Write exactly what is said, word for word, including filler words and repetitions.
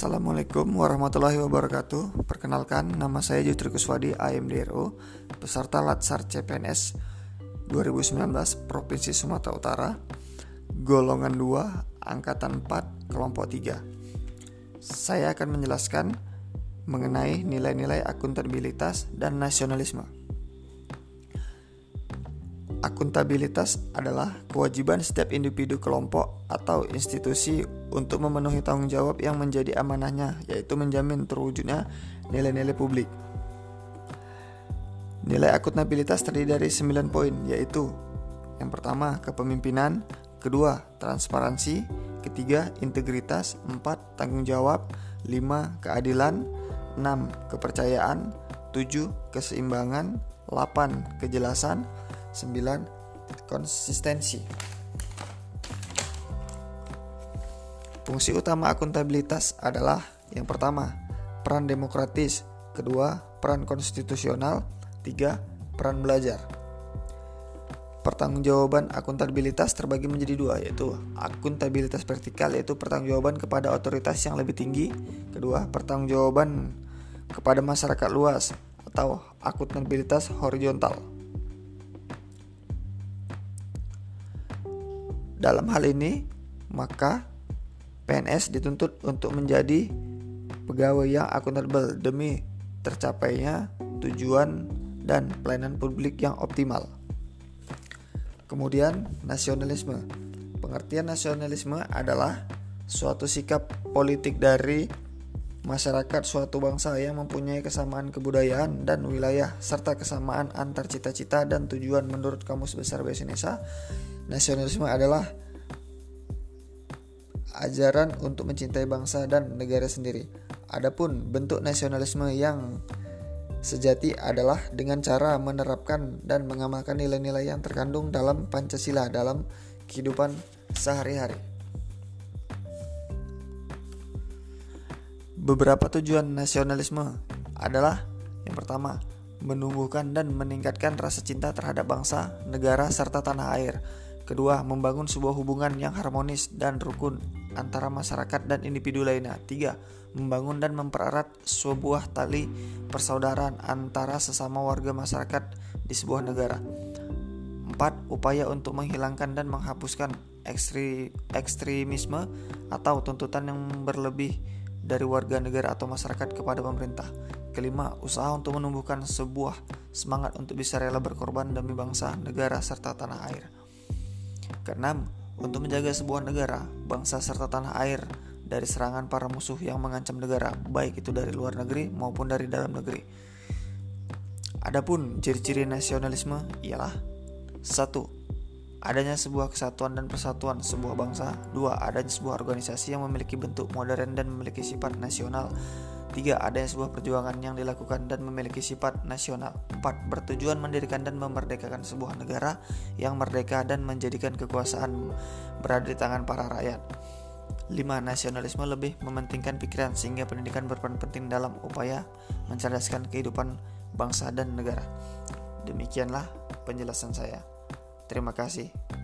Assalamualaikum warahmatullahi wabarakatuh. Perkenalkan, nama saya Jutri Kuswadi, A M D R O, peserta Latsar C P N S dua ribu sembilan belas Provinsi Sumatera Utara, golongan dua, angkatan empat, kelompok tiga. Saya akan menjelaskan mengenai nilai-nilai akuntabilitas dan nasionalisme. Akuntabilitas adalah kewajiban setiap individu, kelompok, atau institusi untuk memenuhi tanggung jawab yang menjadi amanahnya, yaitu menjamin terwujudnya nilai-nilai publik. Nilai akuntabilitas terdiri dari sembilan poin, yaitu yang pertama, kepemimpinan, kedua, transparansi, ketiga, integritas, empat, tanggung jawab, lima, keadilan, enam, kepercayaan, tujuh, keseimbangan, delapan, kejelasan, sembilan, konsistensi. Fungsi utama akuntabilitas adalah yang pertama, peran demokratis, kedua, peran konstitusional, tiga, peran belajar. Pertanggungjawaban akuntabilitas terbagi menjadi dua, yaitu akuntabilitas vertikal, yaitu pertanggungjawaban kepada otoritas yang lebih tinggi, kedua, pertanggungjawaban kepada masyarakat luas atau akuntabilitas horizontal. Dalam hal ini, maka P N S dituntut untuk menjadi pegawai yang akuntabel demi tercapainya tujuan dan pelayanan publik yang optimal. Kemudian, nasionalisme. Pengertian nasionalisme adalah suatu sikap politik dari masyarakat suatu bangsa yang mempunyai kesamaan kebudayaan dan wilayah serta kesamaan antar cita-cita dan tujuan. Menurut Kamus Besar Bahasa Indonesia, nasionalisme adalah ajaran untuk mencintai bangsa dan negara sendiri. Adapun bentuk nasionalisme yang sejati adalah dengan cara menerapkan dan mengamalkan nilai-nilai yang terkandung dalam Pancasila dalam kehidupan sehari-hari. Beberapa tujuan nasionalisme adalah yang pertama, menumbuhkan dan meningkatkan rasa cinta terhadap bangsa, negara, serta tanah air. Kedua, membangun sebuah hubungan yang harmonis dan rukun antara masyarakat dan individu lainnya. Tiga, membangun dan mempererat sebuah tali persaudaraan antara sesama warga masyarakat di sebuah negara. Empat, upaya untuk menghilangkan dan menghapuskan ekstri, ekstremisme atau tuntutan yang berlebih dari warga negara atau masyarakat kepada pemerintah. Kelima, usaha untuk menumbuhkan sebuah semangat untuk bisa rela berkorban demi bangsa, negara, serta tanah air. Keenam, untuk menjaga sebuah negara, bangsa, serta tanah air dari serangan para musuh yang mengancam negara, baik itu dari luar negeri maupun dari dalam negeri. Adapun ciri-ciri nasionalisme ialah satu, adanya sebuah kesatuan dan persatuan sebuah bangsa. Dua, adanya sebuah organisasi yang memiliki bentuk modern dan memiliki sifat nasional. Tiga, adanya sebuah perjuangan yang dilakukan dan memiliki sifat nasional. Empat, bertujuan mendirikan dan memerdekakan sebuah negara yang merdeka dan menjadikan kekuasaan berada di tangan para rakyat. Lima, nasionalisme lebih mementingkan pikiran sehingga pendidikan berperan penting dalam upaya mencerdaskan kehidupan bangsa dan negara. Demikianlah penjelasan saya. Terima kasih.